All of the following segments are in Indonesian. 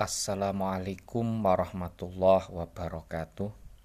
Assalamualaikum warahmatullahi wabarakatuh.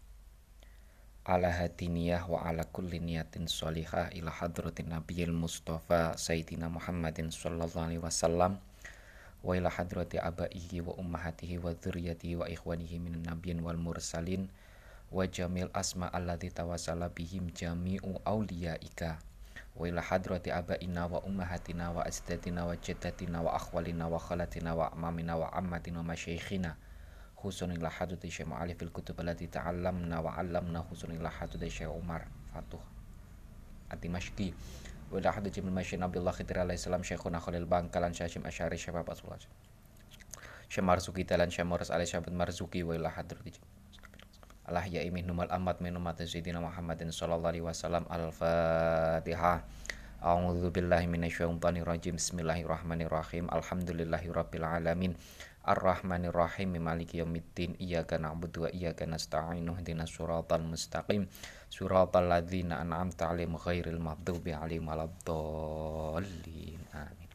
Ala hadiniyah wa ala kulli niyatin sholihah ila hadratin nabiyil mustafa sayyidina Muhammadin sallallahu alaihi wasallam wa ila hadrati abaihi wa ummahatihi wa dzurriyyatihi wa ikhwanihi minan nabiyyin wal mursalin wa jamil asma alladzi tawassala bihim jami'u auliyaika wa ila hadrati abaina wa ummahatina wa ajdatina wa jaddatina wa akhwalina wa khalatina wa amamina wa ammatina wa masyaikhina khusun ila hadrati Syekh Mu'alif fil kutub allati ta'allamna wa 'allamna khusun ila hadrati Syekh Umar Fatuh Ad-Dimashqi wa ila hadrati Ibnu Masyin Abdullah Khidir alaihi salam Syekhuna Khalil Bangkalan Syekh Asy'ari Syekh Bapak Sulaiman Syekh Marzuki Dalan Syekh Muras alaihi sahabat Marzuki wa ila hadrati Allah ya imih numal amat minumat Sayyidina Muhammadin sallallahu alaihi wasallam. Al-Fatihah. A'udzu billahi minasyaitonir rajim. Bismillahirrahmanirrahim. Alhamdulillahirabbil alamin. Arrahmanir rahim. Maliki yaumiddin. Iyyaka na'budu wa iyyaka nasta'in. Ihdinas siratal mustaqim. Siratal ladzina an'amta 'alaihim ghairil maghdubi 'alaihim waladdallin. Amin.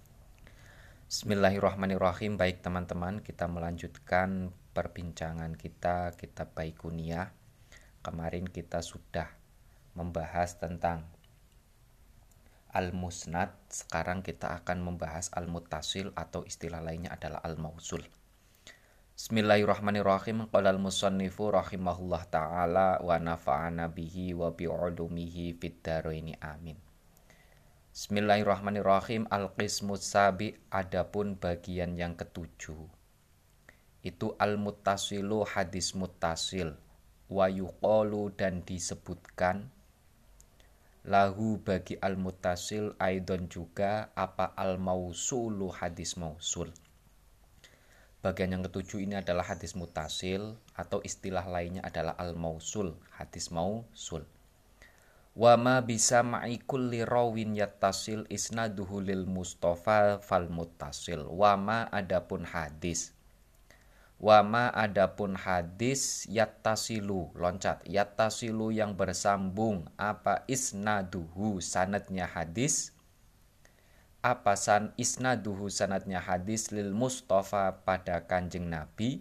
Bismillahirrahmanirrahim. Baik teman-teman, kita melanjutkan perbincangan kita kitab Baiquniyah. Kemarin kita sudah membahas tentang Al-Musnad. Sekarang kita akan membahas Al-Muttasil atau istilah lainnya adalah Al-Mausul. Bismillahirrahmanirrahim. Qala al-musannifu rahimahullah ta'ala wa nafa'ana bihi wa bi'ulumihi fid dharaini amin. Bismillahirrahmanirrahim. Al-qismus sabi, adapun bagian yang ketujuh itu al-muttasilu hadis muttasil wa yuqalu dan disebutkan lahu bagi al-muttasil aidon juga apa al-mausulu hadis mausul. Bagian yang ketujuh ini adalah hadis muttasil atau istilah lainnya adalah al-mausul, hadis mausul. Wa ma bisa ma'i kulli rawin yattasil isnaduhu lil mustafa fal muttasil. Wa ma adapun hadis yattasilu loncat yattasilu yang bersambung apa isnaduhu sanadnya hadis isnaduhu sanadnya hadis lil mustafa pada kanjeng Nabi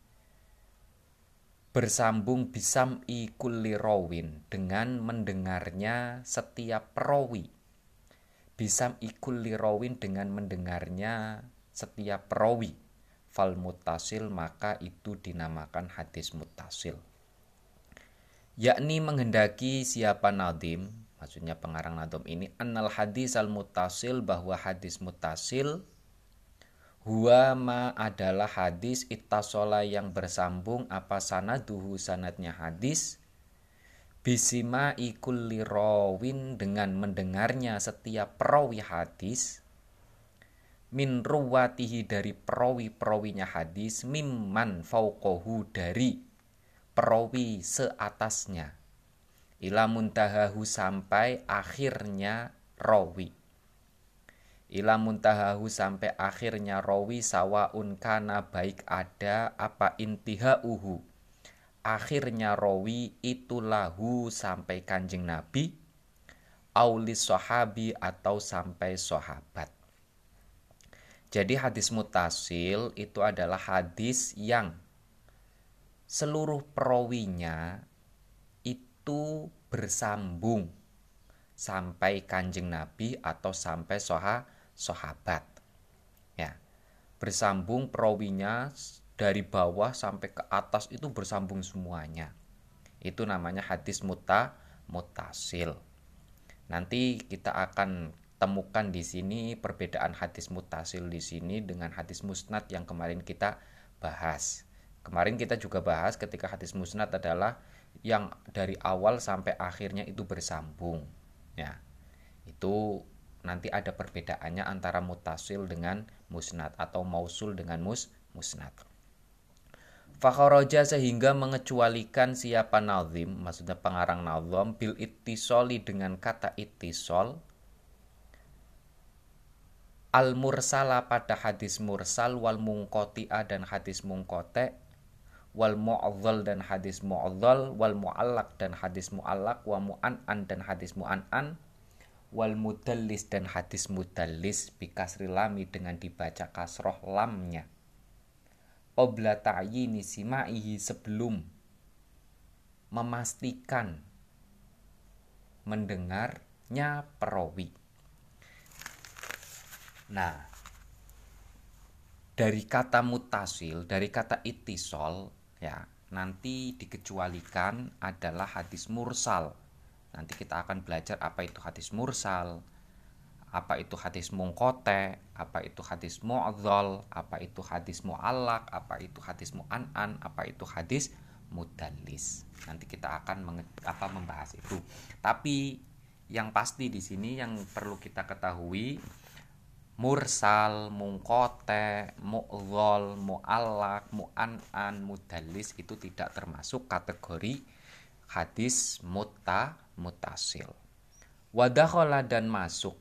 bersambung bisam'i kulli rawin dengan mendengarnya setiap perawi bisam'i kulli rawin dengan mendengarnya setiap perawi fal muttasil maka itu dinamakan hadis muttasil. Yakni menghendaki siapa nadim, maksudnya pengarang nadom ini, annal hadis al muttasil bahwa hadis muttasil huwa ma adalah hadis ittasola yang bersambung apa sanaduhu sanadnya hadis bisima ikulli rawin dengan mendengarnya setiap perawi hadis min ruwatihi dari perawi-perawinya hadis mimman fauqahu dari perawi seatasnya ila muntahahu sampai akhirnya rawi sawaun kana baik ada apa intihauhu akhirnya rawi itu lahu sampai kanjeng Nabi aulis sahabi atau sampai sahabat. Jadi hadis muttasil itu adalah hadis yang seluruh perawinya itu bersambung sampai kanjeng Nabi atau sampai sahabat. Ya, bersambung perawinya dari bawah sampai ke atas itu bersambung semuanya. Itu namanya hadis muttasil. Nanti kita akan temukan di sini perbedaan hadis muttasil di sini dengan hadis musnad yang kemarin kita bahas. Kemarin kita juga bahas ketika hadis musnad adalah yang dari awal sampai akhirnya itu bersambung. Ya, itu nanti ada perbedaannya antara muttasil dengan musnad atau mausul dengan musnad. Fakharaja sehingga mengecualikan siapa nazim, maksudnya pengarang nazam bil ittisoli dengan kata ittisol al-mursala pada hadis mursal wal munqati'a dan hadis munqati' wal mu'adhdhal dan hadis mu'adhdhal wal mu'allaq dan hadis mu'allaq wa mu'an'an dan hadis mu'an'an wal mudallis dan hadis mudallis bi kasri lami dengan dibaca kasroh lamnya qabla ta'yini sima'ihi, sebelum memastikan mendengarnya perawi. Nah, dari kata mutasil, dari kata ittisal ya, nanti dikecualikan adalah hadis mursal. Nanti kita akan belajar apa itu hadis mursal, apa itu hadis munqati, apa itu hadis mu'dzal, apa itu hadis mu'allaq, apa itu hadis mu'an'an, apa itu hadis mudallis. Nanti kita akan membahas itu. Tapi yang pasti di sini yang perlu kita ketahui, mursal, munqati, mu'dzal, mu'allaq, mu'an'an, mudallis itu tidak termasuk kategori hadis mutasil. Wadakhala, dan masuk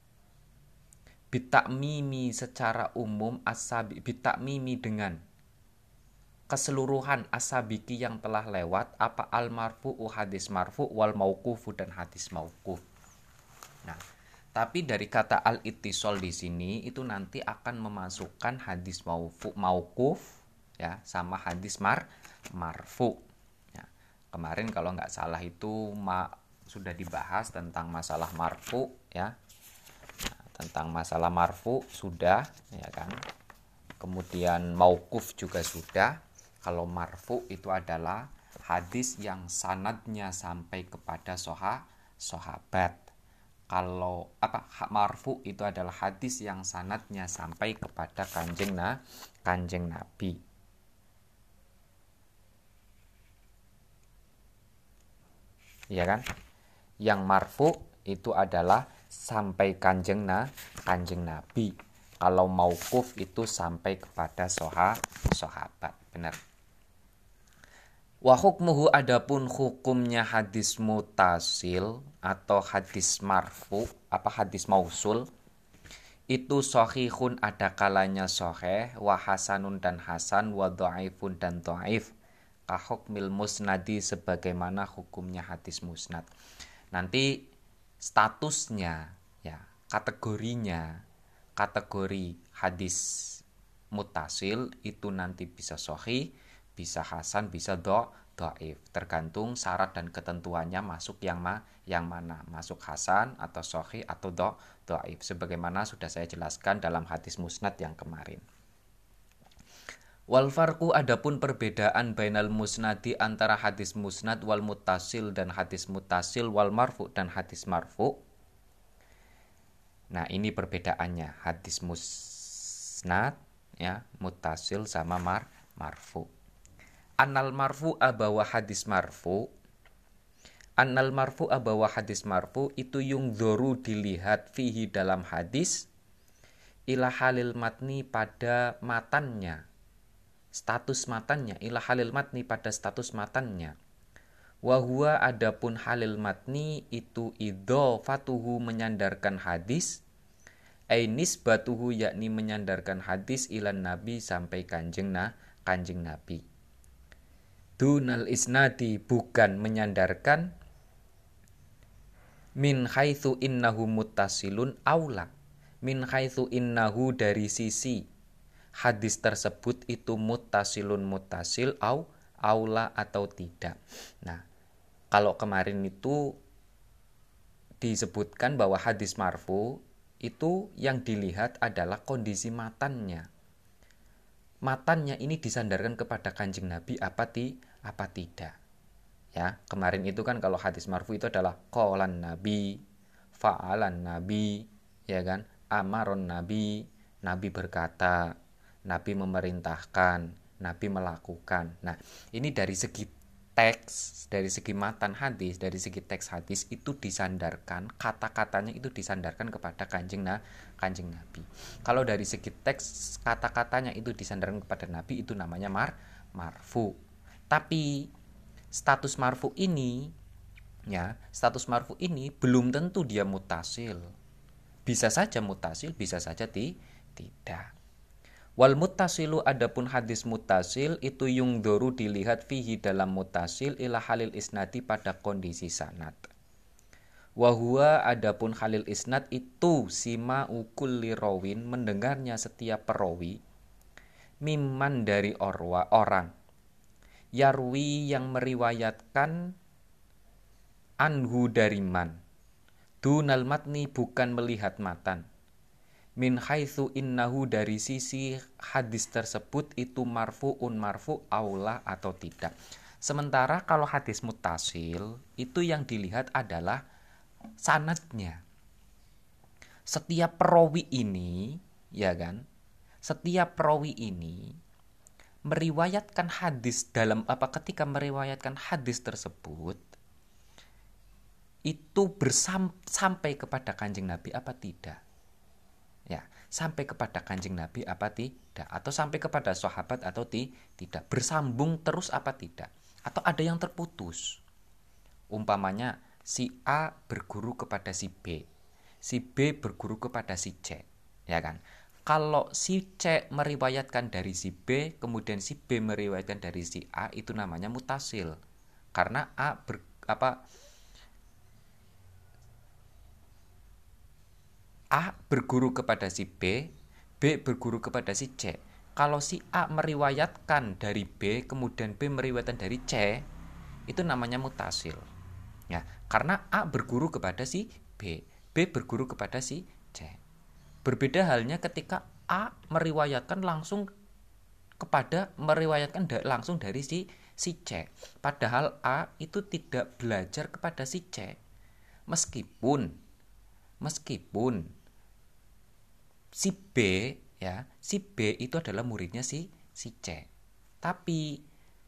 bitakmimi secara umum asabi, bitakmimi dengan keseluruhan asabiki yang telah lewat, apa al marfu'u hadis marfu' wal mauqufu dan hadis mauquf. Nah, tapi dari kata al ittisal di sini itu nanti akan memasukkan hadis mauquf ya sama hadis marfu. Ya, kemarin kalau nggak salah itu sudah dibahas tentang masalah marfu ya. Nah, tentang masalah marfu sudah ya kan. Kemudian mauquf juga sudah. Kalau marfu itu adalah hadis yang sanadnya sampai kepada sahabat. Kalau marfu itu adalah hadis yang sanadnya sampai kepada kanjeng Nabi. Ya kan? Yang marfu itu adalah sampai kanjeng Nabi. Kalau mauquf itu sampai kepada sahabat. Benar. Wa hukmuhu, adapun hukumnya hadis mutasil atau hadis marfu, hadis mausul, itu shahihun, ada kalanya sahih, wa hasanun dan hasan, wa dhaifun dan dhaif. Ka hukmil musnadi, sebagaimana hukumnya hadis musnad. Nanti statusnya ya, kategori hadis mutasil itu nanti bisa sahih, bisa hasan, bisa dhaif, tergantung syarat dan ketentuannya masuk yang mana, masuk hasan atau sahih atau dhaif, sebagaimana sudah saya jelaskan dalam hadis musnad yang kemarin. Wal farqu, adapun perbedaan bainal musnadi, antara hadis musnad, wal mutasil dan hadis mutasil, wal marfu dan hadis marfu. Nah, ini perbedaannya hadis musnad ya, mutasil sama marfu. Annal marfu abawa hadis marfu. Annal marfu abawa hadis marfu itu yungdzoru, dilihat, fihi dalam hadis, ila halil matni, pada matannya, status matannya, ila halil matni, pada status matannya. Wa huwa, adapun halil matni itu idzafatuhu, menyandarkan hadis, ai nisbatuhu, yakni menyandarkan hadis, ilan nabi, sampai kanjeng Nabi. Dunal isnadi, bukan menyandarkan, min haitsu innahu muttasilun aula, min haitsu innahu, dari sisi hadis tersebut itu muttasilun, muttasil, aula atau tidak. Nah, kalau kemarin itu disebutkan bahwa hadis marfu itu yang dilihat adalah kondisi matannya. Matannya ini disandarkan kepada kanjeng Nabi apa tidak. Ya, kemarin itu kan kalau hadis marfu itu adalah qalan Nabi, fa'alan Nabi, ya kan? Amaron Nabi, Nabi berkata, Nabi memerintahkan, Nabi melakukan. Nah, ini dari segi teks, dari segi matan hadis, dari segi teks hadis itu disandarkan, kata-katanya itu disandarkan kepada kanjeng Nabi. Kalau dari segi teks, kata-katanya itu disandarkan kepada Nabi, itu namanya marfu. Tapi status marfu ini belum tentu dia mutasil. Bisa saja mutasil, bisa saja tidak. Wal muttasilu, adapun hadis mutasil itu yungdzoru, dilihat, fihi dalam mutasil, ila halil isnadi, pada kondisi sanad. Wa huwa, adapun halil isnad itu sima kulli rawin, mendengarnya setiap perawi, mimman dari orang, yarwi yang meriwayatkan, anhu dari man, dunal matni bukan melihat matan, min haitsu innahu dari sisi hadis tersebut itu marfu'un marfu aula atau tidak. Sementara kalau hadis mutasil itu yang dilihat adalah sanadnya. Setiap perawi ini, ya kan? Setiap perawi ini meriwayatkan hadis ketika meriwayatkan hadis tersebut itu sampai kepada Kanjeng Nabi apa tidak? Ya, sampai kepada Kanjeng Nabi apa tidak, atau sampai kepada sahabat atau tidak, bersambung terus apa tidak, atau ada yang terputus. Umpamanya si A berguru kepada si B berguru kepada si C, ya kan? Kalau si C meriwayatkan dari si B, kemudian si B meriwayatkan dari si A, itu namanya mutasil, karena A berguru kepada si B berguru kepada si C. Kalau si A meriwayatkan dari B, kemudian B meriwayatkan dari C, itu namanya mutasil. Ya, karena A berguru kepada si B berguru kepada si C. Berbeda halnya ketika A meriwayatkan langsung dari si C. Padahal A itu tidak belajar kepada si C. Meskipun si B itu adalah muridnya si C. Tapi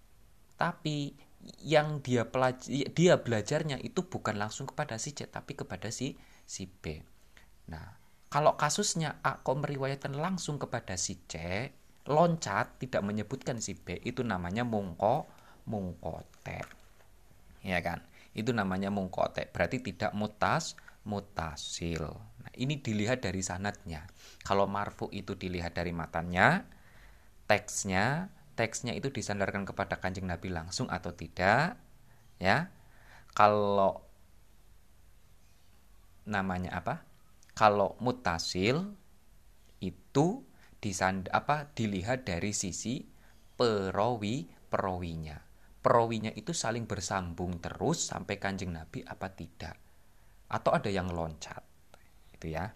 yang dia belajarnya itu bukan langsung kepada si C, tapi kepada si B. Nah, kalau kasusnya A kok meriwayatkan langsung kepada si C, loncat tidak menyebutkan si B, itu namanya mungkote. Ya kan? Itu namanya mungkote. Berarti tidak mutasil. Nah, ini dilihat dari sanadnya. Kalau marfu itu dilihat dari matannya, teksnya itu disandarkan kepada Kanjeng Nabi langsung atau tidak, ya. Kalau namanya Kalau mutasil itu dilihat dari sisi perawinya. Perawinya itu saling bersambung terus sampai Kanjeng Nabi apa tidak, atau ada yang loncat, itu ya.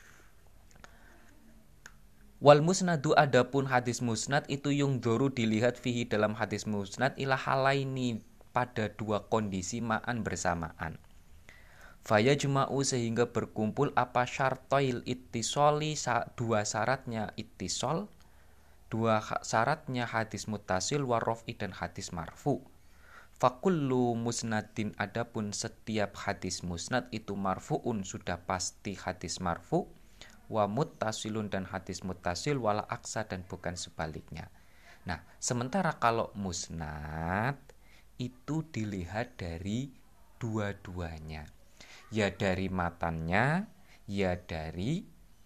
Wal musnadu, adapun hadis musnad itu yungdhoru dilihat fihi dalam hadis musnad ila halaini pada dua kondisi ma'an bersamaan. Faya juma'u sehingga berkumpul apa syartoil ittisoli dua syaratnya ittisol, dua syaratnya hadis mutasil warrofi dan hadis marfu. Fakullu musnadin, adapun setiap hadis musnad itu marfu'un sudah pasti hadis marfu, wa muttasilun dan hadis muttasil wala aksa dan bukan sebaliknya. Nah, sementara kalau musnad itu dilihat dari dua-duanya. Ya dari matannya, ya dari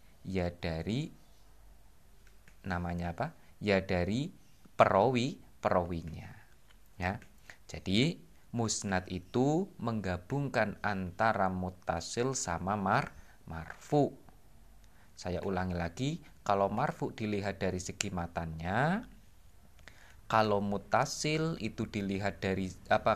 namanya ya dari perawinya. Ya. Jadi musnad itu menggabungkan antara muttasil sama marfu. Saya ulangi lagi, kalau marfu dilihat dari segi matannya, kalau mutasil itu dilihat dari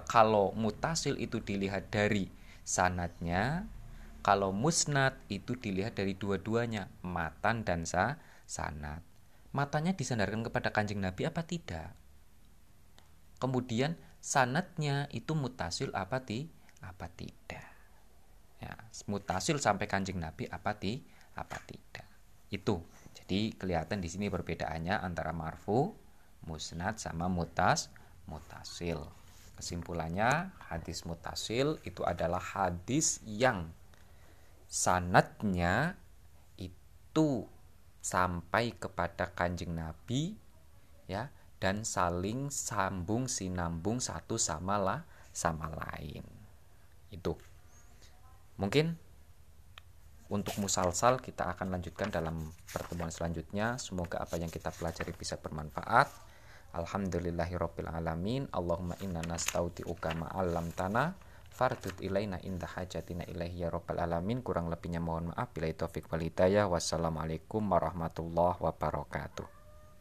sanadnya, kalau musnad itu dilihat dari dua-duanya, matan dan sanad. Matanya disandarkan kepada Kanjeng Nabi apa tidak? Kemudian sanadnya itu mutasil apa tidak? Ya, mutasil sampai Kanjeng Nabi apa tidak? Itu. Jadi kelihatan di sini perbedaannya antara marfu, musnad sama mutasil. Kesimpulannya, hadis mutasil itu adalah hadis yang sanadnya itu sampai kepada Kanjeng Nabi, ya, dan saling sambung sinambung satu sama lain. Itu. Mungkin untuk musalsal kita akan lanjutkan dalam pertemuan selanjutnya. Semoga apa yang kita pelajari bisa bermanfaat. Alhamdulillahirabbil alamin. Allahumma inna nastaudiuka ma 'allamtana fardud ilaina inda hajatina ilaihi ya rabbal alamin. Kurang lebihnya mohon maaf. Billahi taufik wal hidayah. Wassalamualaikum warahmatullahi wabarakatuh.